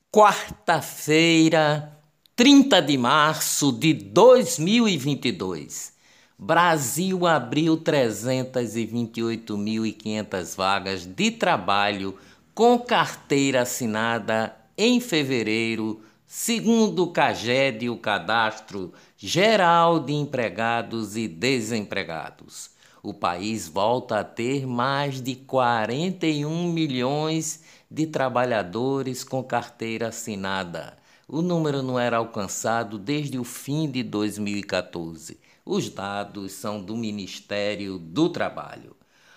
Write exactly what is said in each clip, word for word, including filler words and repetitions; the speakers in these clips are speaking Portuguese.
Quarta-feira, trinta de março de dois mil e vinte e dois. Brasil abriu trezentas e vinte e oito mil e quinhentas vagas de trabalho com carteira assinada em fevereiro, segundo o CAGED, o Cadastro Geral de Empregados e Desempregados. O país volta a ter mais de quarenta e um milhões de trabalhadores com carteira assinada. O número não era alcançado desde o fim de dois mil e quatorze. Os dados são do Ministério do Trabalho.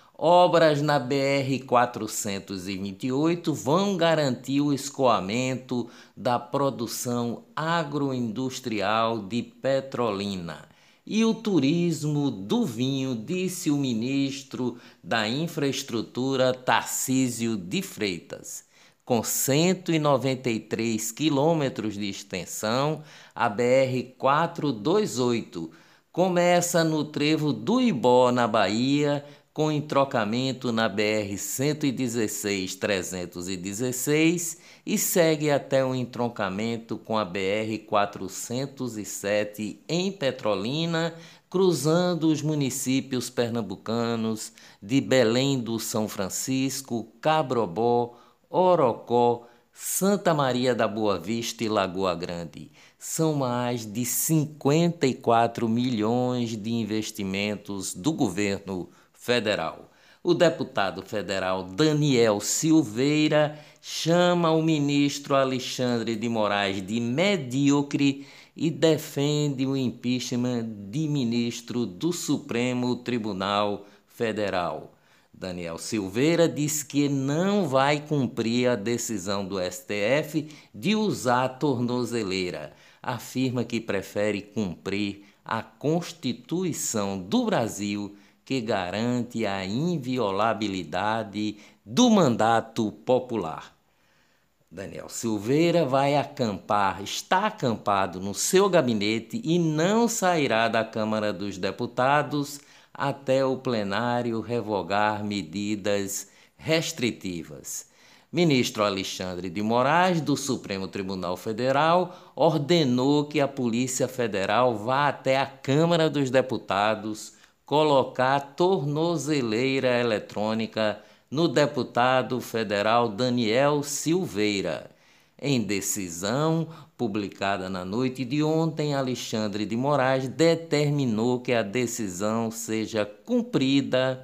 Obras na B R quatrocentos e vinte e oito vão garantir o escoamento da produção agroindustrial de Petrolina. E o turismo do vinho, disse o ministro da Infraestrutura, Tarcísio de Freitas. Com cento e noventa e três quilômetros de extensão, a B R quatrocentos e vinte e oito começa no trevo do Ibó, na Bahia, com entrocamento na B R cento e dezesseis trezentos e dezesseis e segue até o entroncamento com a B R quatrocentos e sete em Petrolina, cruzando os municípios pernambucanos de Belém do São Francisco, Cabrobó, Orocó, Santa Maria da Boa Vista e Lagoa Grande. São mais de cinquenta e quatro milhões de investimentos do governo federal. O deputado federal Daniel Silveira chama o ministro Alexandre de Moraes de medíocre e defende o impeachment de ministro do Supremo Tribunal Federal. Daniel Silveira diz que não vai cumprir a decisão do S T F de usar a tornozeleira. Afirma que prefere cumprir a Constituição do Brasil, que garante a inviolabilidade do mandato popular. Daniel Silveira vai acampar, está acampado no seu gabinete e não sairá da Câmara dos Deputados até o plenário revogar medidas restritivas. Ministro Alexandre de Moraes, do Supremo Tribunal Federal, ordenou que a Polícia Federal vá até a Câmara dos Deputados colocar tornozeleira eletrônica no deputado federal Daniel Silveira. Em decisão publicada na noite de ontem, Alexandre de Moraes determinou que a decisão seja cumprida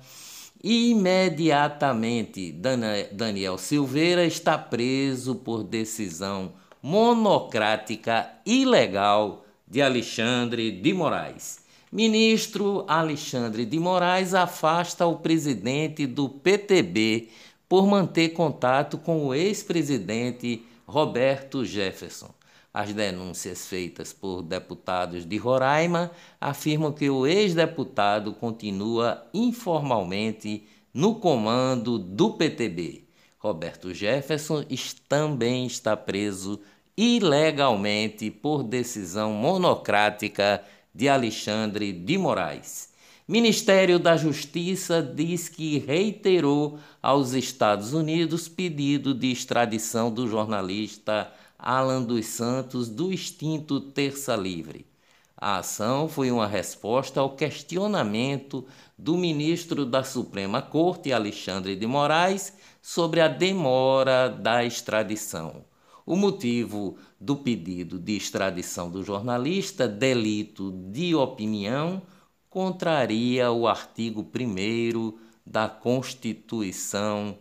imediatamente. Daniel Silveira está preso por decisão monocrática e ilegal de Alexandre de Moraes. Ministro Alexandre de Moraes afasta o presidente do P T B por manter contato com o ex-presidente Roberto Jefferson. As denúncias feitas por deputados de Roraima afirmam que o ex-deputado continua informalmente no comando do P T B. Roberto Jefferson também está preso ilegalmente por decisão monocrática de Alexandre de Moraes. Ministério da Justiça diz que reiterou aos Estados Unidos pedido de extradição do jornalista Alan dos Santos, do extinto Terça Livre. A ação foi uma resposta ao questionamento do ministro da Suprema Corte, Alexandre de Moraes, sobre a demora da extradição. O motivo do pedido de extradição do jornalista, delito de opinião, contraria o artigo primeiro da Constituição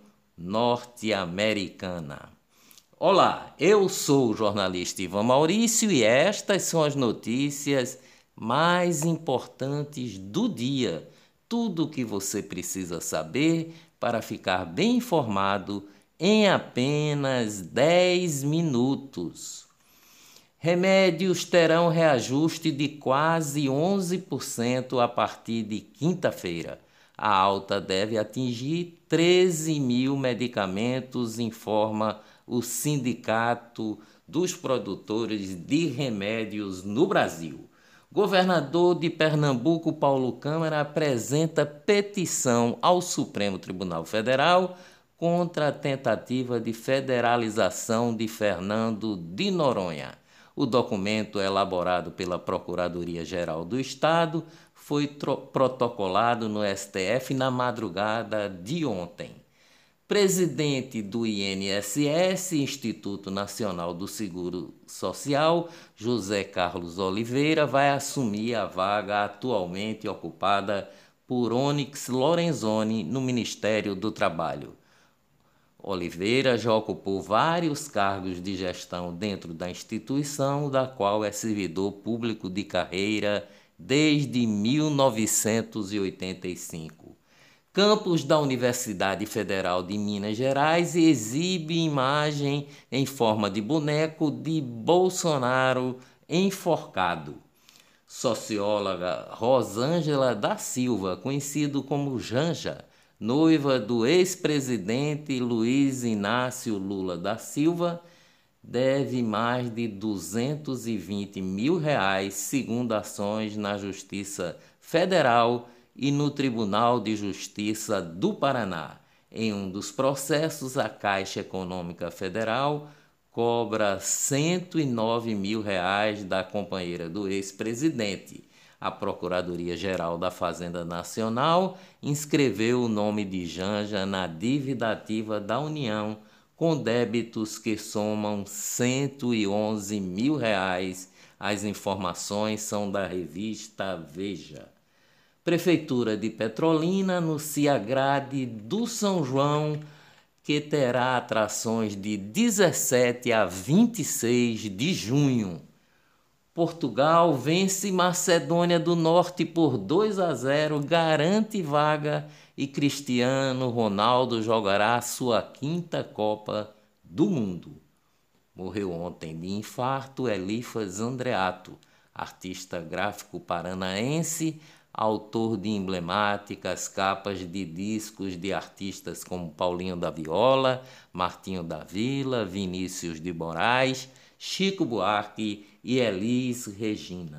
norte-americana. Olá, eu sou o jornalista Ivan Maurício e estas são as notícias mais importantes do dia. Tudo o que você precisa saber para ficar bem informado em apenas dez minutos. Remédios terão reajuste de quase onze por cento a partir de quinta-feira. A alta deve atingir treze mil medicamentos, informa o Sindicato dos Produtores de Remédios no Brasil. Governador de Pernambuco, Paulo Câmara, apresenta petição ao Supremo Tribunal Federal contra a tentativa de federalização de Fernando de Noronha. O documento, elaborado pela Procuradoria-Geral do Estado, foi protocolado no S T F na madrugada de ontem. Presidente do I N S S, Instituto Nacional do Seguro Social, José Carlos Oliveira, vai assumir a vaga atualmente ocupada por Onyx Lorenzoni no Ministério do Trabalho. Oliveira já ocupou vários cargos de gestão dentro da instituição, da qual é servidor público de carreira desde mil novecentos e oitenta e cinco. Campus da Universidade Federal de Minas Gerais exibe imagem em forma de boneco de Bolsonaro enforcado. Socióloga Rosângela da Silva, conhecido como Janja, noiva do ex-presidente Luiz Inácio Lula da Silva, deve mais de duzentos e vinte mil reais, segundo ações na Justiça Federal e no Tribunal de Justiça do Paraná. Em um dos processos, a Caixa Econômica Federal cobra cento e nove mil reais da companheira do ex-presidente. A Procuradoria-Geral da Fazenda Nacional inscreveu o nome de Janja na dívida ativa da União, com débitos que somam cento e onze mil reais. As informações são da revista Veja. Prefeitura de Petrolina anuncia a grade do São João, que terá atrações de dezessete a vinte e seis de junho. Portugal vence Macedônia do Norte por dois a zero, garante vaga e Cristiano Ronaldo jogará sua quinta Copa do Mundo. Morreu ontem de infarto Elifas Andreato, artista gráfico paranaense, autor de emblemáticas capas de discos de artistas como Paulinho da Viola, Martinho da Vila, Vinícius de Moraes, Chico Buarque e Elis Regina.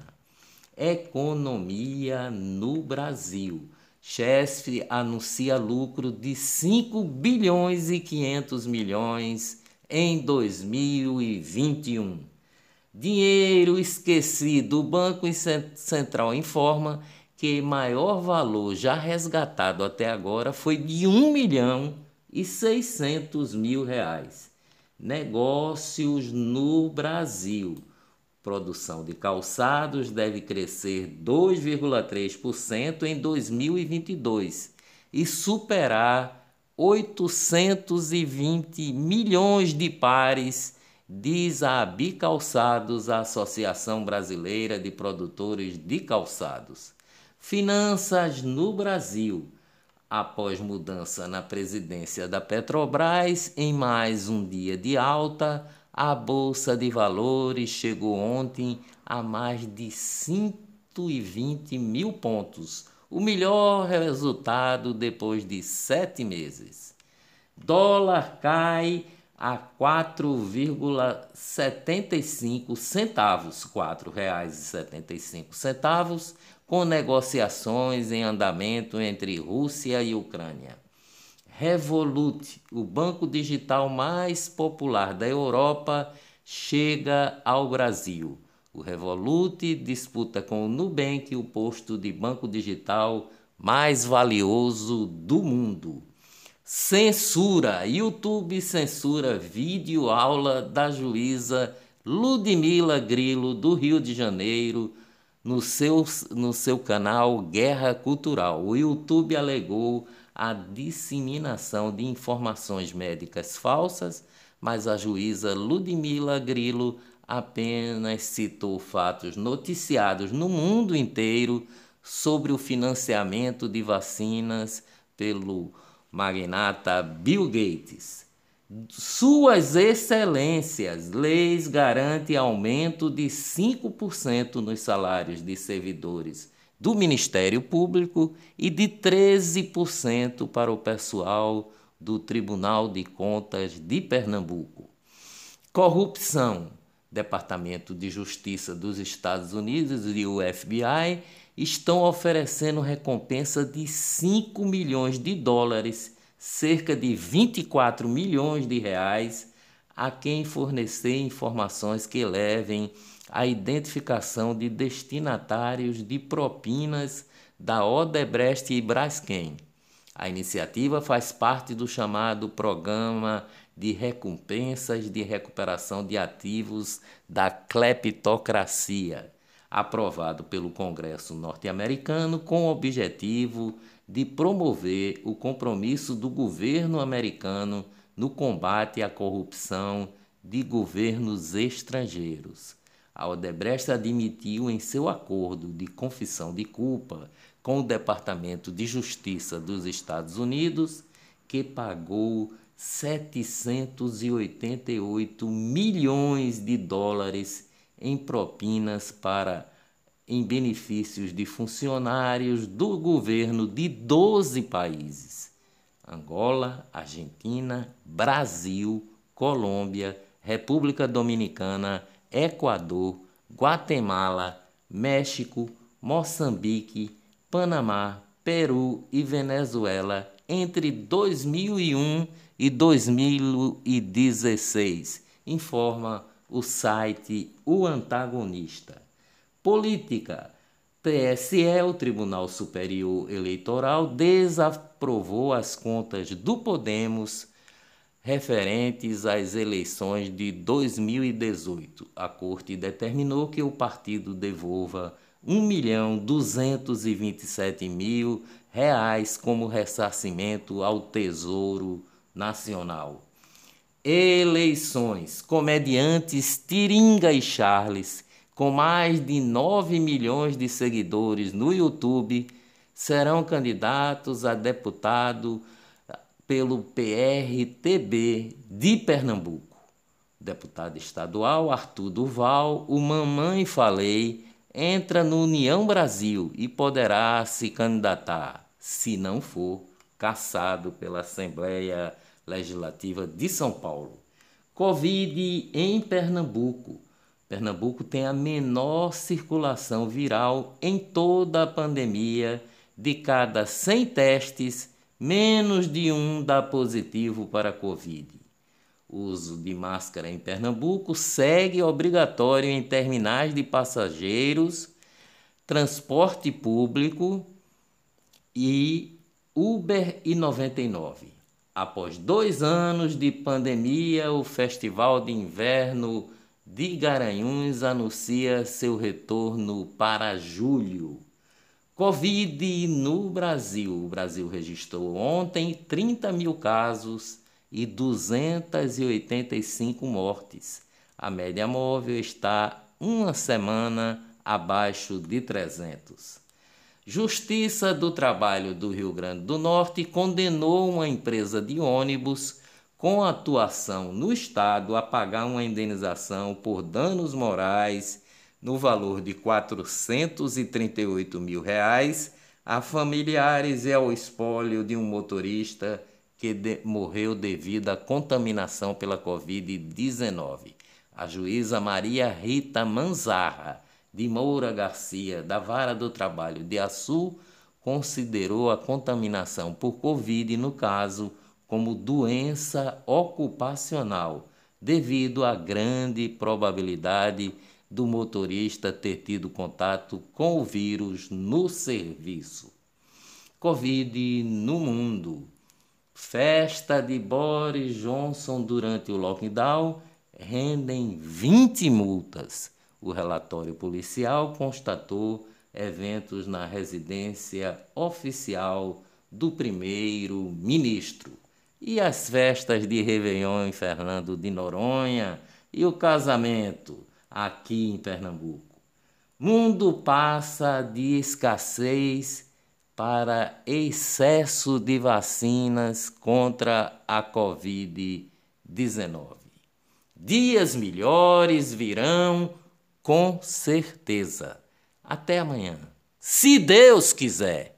Economia no Brasil. Chesf anuncia lucro de cinco bilhões e quinhentos milhões em dois mil e vinte e um. Dinheiro esquecido. O Banco Central informa que maior valor já resgatado até agora foi de um milhão e seiscentos mil reais. Negócios no Brasil. Produção de calçados deve crescer dois vírgula três por cento em dois mil e vinte e dois e superar oitocentos e vinte milhões de pares, diz a Bicalçados, a Associação Brasileira de Produtores de Calçados. Finanças no Brasil. Após mudança na presidência da Petrobras, em mais um dia de alta, a Bolsa de Valores chegou ontem a mais de cento e vinte mil pontos, o melhor resultado depois de sete meses. Dólar cai a quatro vírgula setenta e cinco centavos, quatro reais e setenta e cinco centavos, com negociações em andamento entre Rússia e Ucrânia. Revolut, o banco digital mais popular da Europa, chega ao Brasil. O Revolut disputa com o Nubank o posto de banco digital mais valioso do mundo. Censura. YouTube censura vídeo aula da juíza Ludmila Grilo, do Rio de Janeiro, no seu, no seu canal Guerra Cultural. O YouTube alegou a disseminação de informações médicas falsas, mas a juíza Ludmila Grilo apenas citou fatos noticiados no mundo inteiro sobre o financiamento de vacinas pelo magnata Bill Gates. Suas excelências, leis garantem aumento de cinco por cento nos salários de servidores do Ministério Público e de treze por cento para o pessoal do Tribunal de Contas de Pernambuco. Corrupção. Departamento de Justiça dos Estados Unidos e o F B I estão oferecendo recompensa de cinco milhões de dólares cerca de vinte e quatro milhões de reais a quem fornecer informações que levem à identificação de destinatários de propinas da Odebrecht e Braskem. A iniciativa faz parte do chamado Programa de Recompensas de Recuperação de Ativos da Cleptocracia, aprovado pelo Congresso norte-americano com o objetivo de promover o compromisso do governo americano no combate à corrupção de governos estrangeiros. A Odebrecht admitiu em seu acordo de confissão de culpa com o Departamento de Justiça dos Estados Unidos que pagou setecentos e oitenta e oito milhões de dólares em propinas para em benefícios de funcionários do governo de doze países: Angola, Argentina, Brasil, Colômbia, República Dominicana, Equador, Guatemala, México, Moçambique, Panamá, Peru e Venezuela entre dois mil e um e dois mil e dezesseis, informa o site O Antagonista. Política. T S E, o Tribunal Superior Eleitoral, desaprovou as contas do Podemos referentes às eleições de dois mil e dezoito. A Corte determinou que o partido devolva um milhão duzentos e vinte e sete mil reais como ressarcimento ao Tesouro Nacional. Eleições. Comediantes Tiringa e Charles, com mais de nove milhões de seguidores no YouTube, serão candidatos a deputado pelo P R T B de Pernambuco. Deputado estadual Arthur Duval, o Mamãe Falei, entra no União Brasil e poderá se candidatar, se não for cassado pela Assembleia Legislativa de São Paulo. Covid em Pernambuco. Pernambuco tem a menor circulação viral em toda a pandemia. De cada cem testes, menos de um dá positivo para a Covid. O uso de máscara em Pernambuco segue obrigatório em terminais de passageiros, transporte público e Uber e noventa e nove. Após dois anos de pandemia, o Festival de Inverno de Garanhuns anuncia seu retorno para julho. Covid no Brasil. O Brasil registrou ontem trinta mil casos e duzentas e oitenta e cinco mortes. A média móvel está uma semana abaixo de trezentos. Justiça do Trabalho do Rio Grande do Norte condenou uma empresa de ônibus com atuação no estado a pagar uma indenização por danos morais no valor de quatrocentos e trinta e oito mil reais a familiares e ao espólio de um motorista que de, morreu devido à contaminação pela covid dezenove. A juíza Maria Rita Manzarra de Moura Garcia, da Vara do Trabalho de Açu, considerou a contaminação por Covid, no caso, como doença ocupacional, devido à grande probabilidade do motorista ter tido contato com o vírus no serviço. Covid no mundo. Festa de Boris Johnson durante o lockdown rendem vinte multas. O relatório policial constatou eventos na residência oficial do primeiro-ministro. E as festas de Réveillon em Fernando de Noronha e o casamento aqui em Pernambuco. Mundo passa de escassez para excesso de vacinas contra a covid dezenove. Dias melhores virão com certeza. Até amanhã, se Deus quiser.